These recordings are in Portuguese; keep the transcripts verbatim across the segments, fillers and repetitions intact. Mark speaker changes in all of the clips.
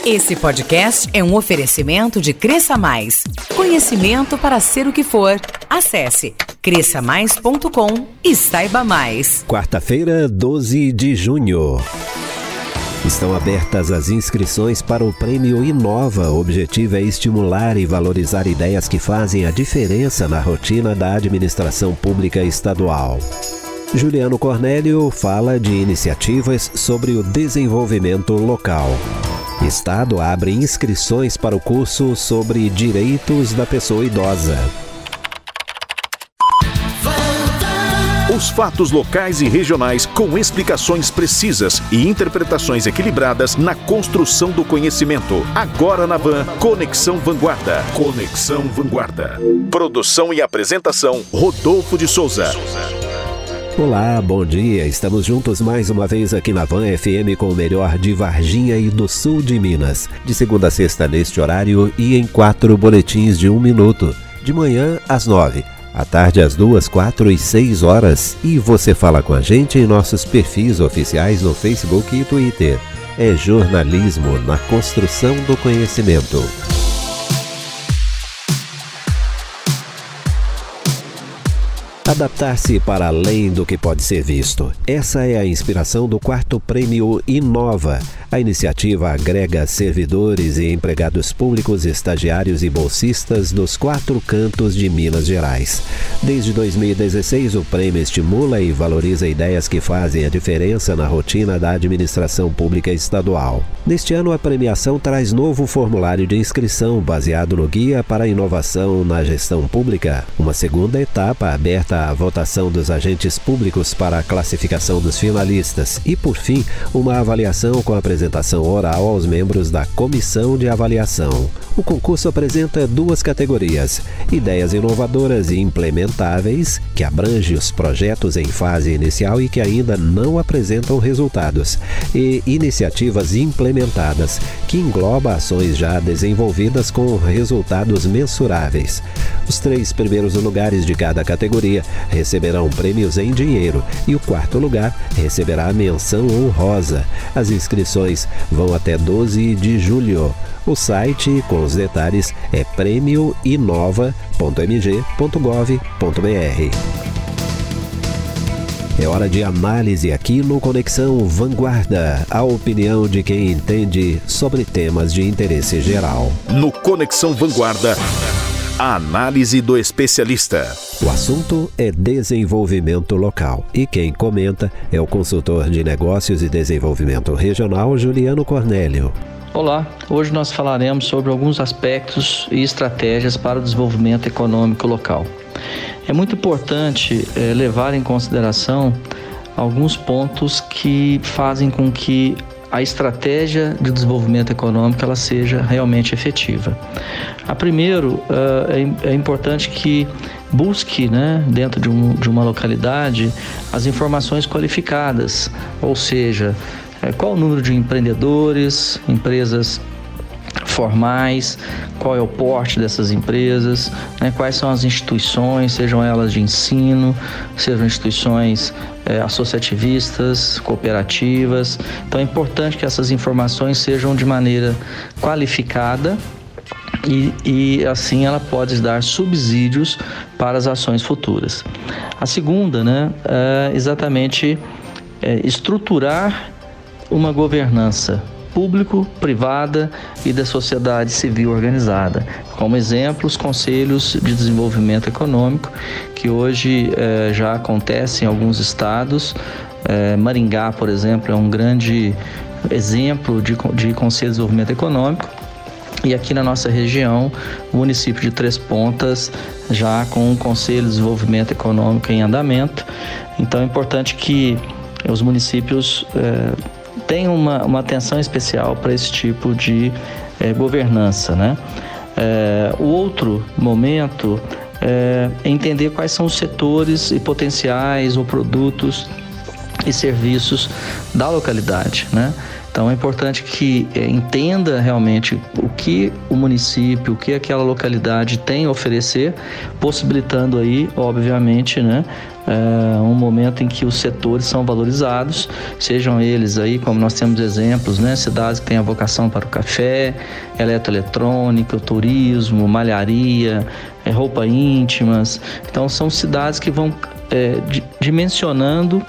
Speaker 1: Esse podcast é um oferecimento de Cresça Mais. Conhecimento para ser o que for. Acesse cresça mais ponto com e saiba mais.
Speaker 2: Quarta-feira, doze de junho. Estão abertas as inscrições para o Prêmio Inova. O objetivo é estimular e valorizar ideias que fazem a diferença na rotina da administração pública estadual. Juliano Cornélio fala de iniciativas sobre o desenvolvimento local. Estado abre inscrições para o curso sobre direitos da pessoa idosa.
Speaker 3: Os fatos locais e regionais com explicações precisas e interpretações equilibradas na construção do conhecimento. Agora na Van, Conexão Vanguarda. Conexão Vanguarda. Produção e apresentação, Rodolfo de Souza.
Speaker 2: Olá, bom dia. Estamos juntos mais uma vez aqui na Van F M com o melhor de Varginha e do sul de Minas. De segunda a sexta neste horário e em quatro boletins de um minuto. De manhã às nove. À tarde às duas, quatro e seis horas. E você fala com a gente em nossos perfis oficiais no Facebook e Twitter. É jornalismo na construção do conhecimento. Adaptar-se para além do que pode ser visto. Essa é a inspiração do quarto Prêmio Inova. A iniciativa agrega servidores e empregados públicos, estagiários e bolsistas dos quatro cantos de Minas Gerais. Desde dois mil e dezesseis, o prêmio estimula e valoriza ideias que fazem a diferença na rotina da administração pública estadual. Neste ano, a premiação traz novo formulário de inscrição baseado no Guia para a Inovação na Gestão Pública, uma segunda etapa aberta à votação dos agentes públicos para a classificação dos finalistas e, por fim, uma avaliação com a apresentação oral aos membros da Comissão de Avaliação. O concurso apresenta duas categorias: ideias inovadoras e implementáveis, que abrange os projetos em fase inicial e que ainda não apresentam resultados, e iniciativas implementadas, que engloba ações já desenvolvidas com resultados mensuráveis. Os três primeiros lugares de cada categoria receberão prêmios em dinheiro e o quarto lugar receberá a menção honrosa. As inscrições vão até doze de julho. O site com os detalhes é prêmio inova ponto m g ponto gov ponto b r. É hora de análise aqui no Conexão Vanguarda, a opinião de quem entende sobre temas de interesse geral.
Speaker 3: No Conexão Vanguarda, a análise do especialista.
Speaker 2: O assunto é desenvolvimento local e quem comenta é o consultor de negócios e desenvolvimento regional, Juliano Cornélio.
Speaker 4: Olá, hoje nós falaremos sobre alguns aspectos e estratégias para o desenvolvimento econômico local. É muito importante é, levar em consideração alguns pontos que fazem com que a estratégia de desenvolvimento econômico ela seja realmente efetiva. A primeiro, uh, é, é importante que busque, né, dentro de, um, de uma localidade, as informações qualificadas, ou seja, é, qual o número de empreendedores, empresas formais, qual é o porte dessas empresas, né, quais são as instituições, sejam elas de ensino, sejam instituições é, associativistas, cooperativas. Então é importante que essas informações sejam de maneira qualificada e, e assim ela pode dar subsídios para as ações futuras. A segunda, né, é exatamente é, estruturar uma governança público-privada e da sociedade civil organizada. Como exemplo, os conselhos de desenvolvimento econômico, que hoje eh, já acontecem em alguns estados. Eh, Maringá, por exemplo, é um grande exemplo de, de conselho de desenvolvimento econômico. E aqui na nossa região, o município de Três Pontas, já com o Conselho de Desenvolvimento Econômico em andamento. Então é importante que os municípios eh, tem uma, uma atenção especial para esse tipo de eh, governança, né? Eh, o outro momento é entender quais são os setores e potenciais ou produtos e serviços da localidade, né? Então é importante que é, entenda realmente o que o município, o que aquela localidade tem a oferecer, possibilitando aí, obviamente, né, é, um momento em que os setores são valorizados, sejam eles aí, como nós temos exemplos, né, cidades que têm a vocação para o café, eletroeletrônica, turismo, malharia, é, roupa íntimas. Então são cidades que vão é, dimensionando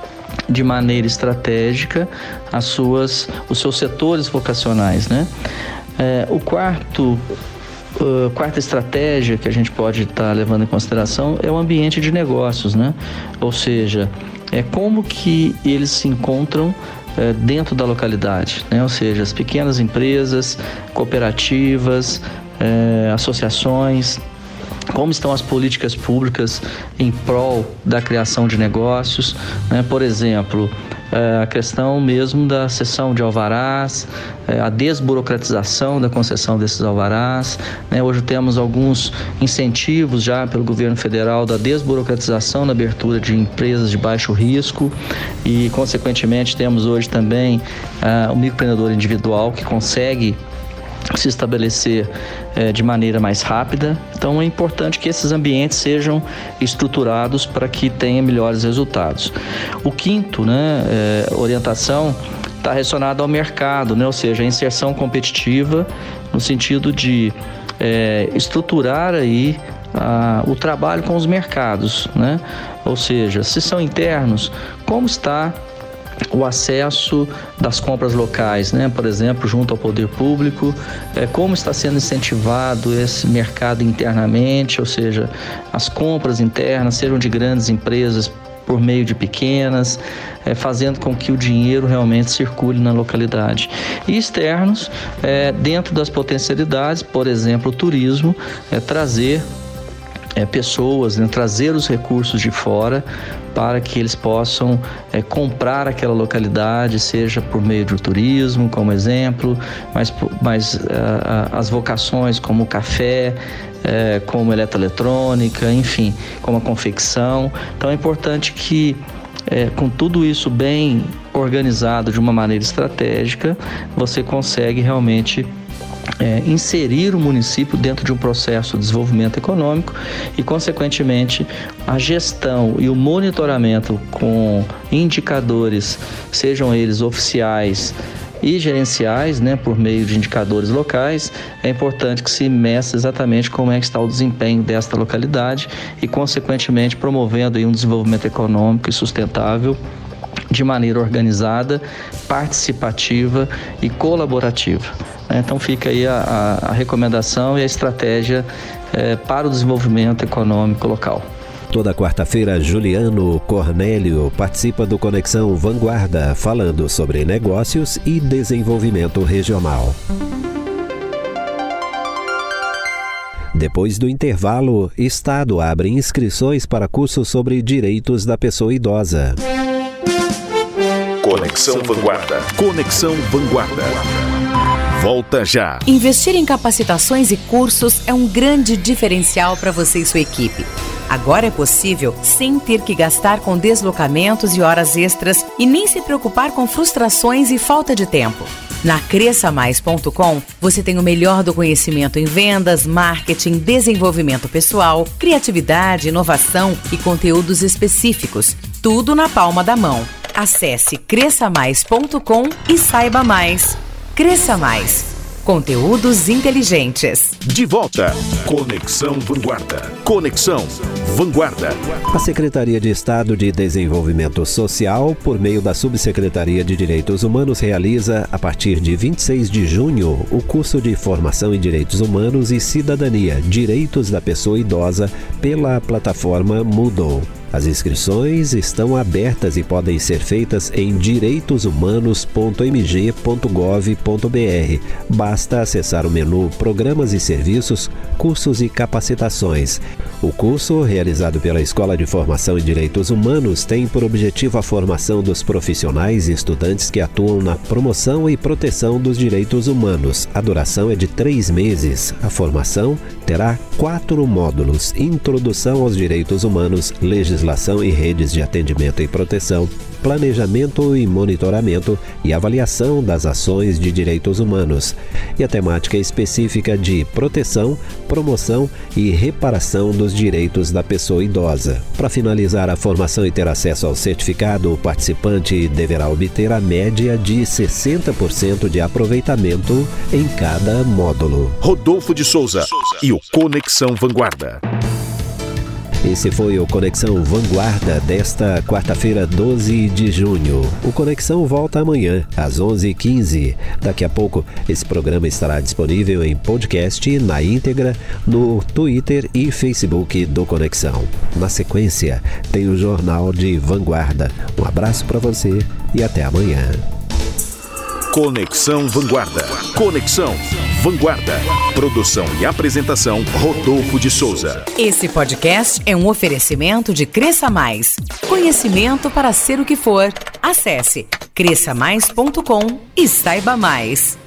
Speaker 4: de maneira estratégica as suas, os seus setores vocacionais, né? É, o quarto, uh, quarta estratégia que a gente pode estar tá levando em consideração é o ambiente de negócios, né? Ou seja, é como que eles se encontram é, dentro da localidade, né? Ou seja, as pequenas empresas, cooperativas, é, associações. Como estão as políticas públicas em prol da criação de negócios, né? Por exemplo, a questão mesmo da cessão de alvarás, a desburocratização da concessão desses alvarás, né? Hoje temos alguns incentivos já pelo governo federal da desburocratização na abertura de empresas de baixo risco e, consequentemente, temos hoje também uh, o microempreendedor individual que consegue se estabelecer eh, de maneira mais rápida. Então é importante que esses ambientes sejam estruturados para que tenha melhores resultados. O quinto, né, eh, orientação está relacionado ao mercado, né, ou seja, a inserção competitiva no sentido de eh, estruturar aí a, o trabalho com os mercados, né? Ou seja, se são internos, como está o acesso das compras locais, né? Por exemplo, junto ao poder público, é, como está sendo incentivado esse mercado internamente, ou seja, as compras internas sejam de grandes empresas por meio de pequenas, é, fazendo com que o dinheiro realmente circule na localidade. E externos, é, dentro das potencialidades, por exemplo, o turismo, é, trazer É, pessoas, né, trazer os recursos de fora para que eles possam é, comprar aquela localidade, seja por meio do turismo, como exemplo, mas, mas uh, as vocações como o café, é, como eletroeletrônica, enfim, como a confecção. Então é importante que, é, com tudo isso bem organizado de uma maneira estratégica, você consegue realmente É, inserir o município dentro de um processo de desenvolvimento econômico e, consequentemente, a gestão e o monitoramento com indicadores, sejam eles oficiais e gerenciais, né, por meio de indicadores locais. É importante que se meça exatamente como é que está o desempenho desta localidade e, consequentemente, promovendo aí um desenvolvimento econômico e sustentável de maneira organizada, participativa e colaborativa. Então fica aí a, a, a recomendação e a estratégia é, para o desenvolvimento econômico local.
Speaker 2: Toda quarta-feira, Juliano Cornélio participa do Conexão Vanguarda, falando sobre negócios e desenvolvimento regional. Depois do intervalo, Estado abre inscrições para cursos sobre direitos da pessoa idosa.
Speaker 3: Conexão Vanguarda. Conexão Vanguarda. Volta já.
Speaker 1: Investir em capacitações e cursos é um grande diferencial para você e sua equipe. Agora é possível sem ter que gastar com deslocamentos e horas extras e nem se preocupar com frustrações e falta de tempo. Na cresça mais ponto com, você tem o melhor do conhecimento em vendas, marketing, desenvolvimento pessoal, criatividade, inovação e conteúdos específicos. Tudo na palma da mão. Acesse cresça mais ponto com e saiba mais. Cresça Mais. Conteúdos inteligentes.
Speaker 3: De volta. Conexão Vanguarda. Conexão Vanguarda.
Speaker 2: A Secretaria de Estado de Desenvolvimento Social, por meio da Subsecretaria de Direitos Humanos, realiza, a partir de vinte e seis de junho, o curso de Formação em Direitos Humanos e Cidadania, Direitos da Pessoa Idosa, pela plataforma Moodle. As inscrições estão abertas e podem ser feitas em direitos humanos ponto m g ponto gov ponto b r. Basta acessar o menu Programas e Serviços, Cursos e Capacitações. O curso, realizado pela Escola de Formação em Direitos Humanos, tem por objetivo a formação dos profissionais e estudantes que atuam na promoção e proteção dos direitos humanos. A duração é de três meses. A formação terá quatro módulos: Introdução aos Direitos Humanos, Legislação legislação e redes de atendimento e proteção, planejamento e monitoramento e avaliação das ações de direitos humanos, e a temática específica de proteção, promoção e reparação dos direitos da pessoa idosa. Para finalizar a formação e ter acesso ao certificado, o participante deverá obter a média de sessenta por cento de aproveitamento em cada módulo.
Speaker 3: Rodolfo de Souza e o Conexão Vanguarda.
Speaker 2: Esse foi o Conexão Vanguarda desta quarta-feira, doze de junho. O Conexão volta amanhã, às onze e quinze. Daqui a pouco, esse programa estará disponível em podcast na íntegra no Twitter e Facebook do Conexão. Na sequência, tem o Jornal de Vanguarda. Um abraço para você e até amanhã.
Speaker 3: Conexão Vanguarda. Conexão Vanguarda. Produção e apresentação, Rodolfo de Souza.
Speaker 1: Esse podcast é um oferecimento de Cresça Mais. Conhecimento para ser o que for. Acesse cresça mais ponto com e saiba mais.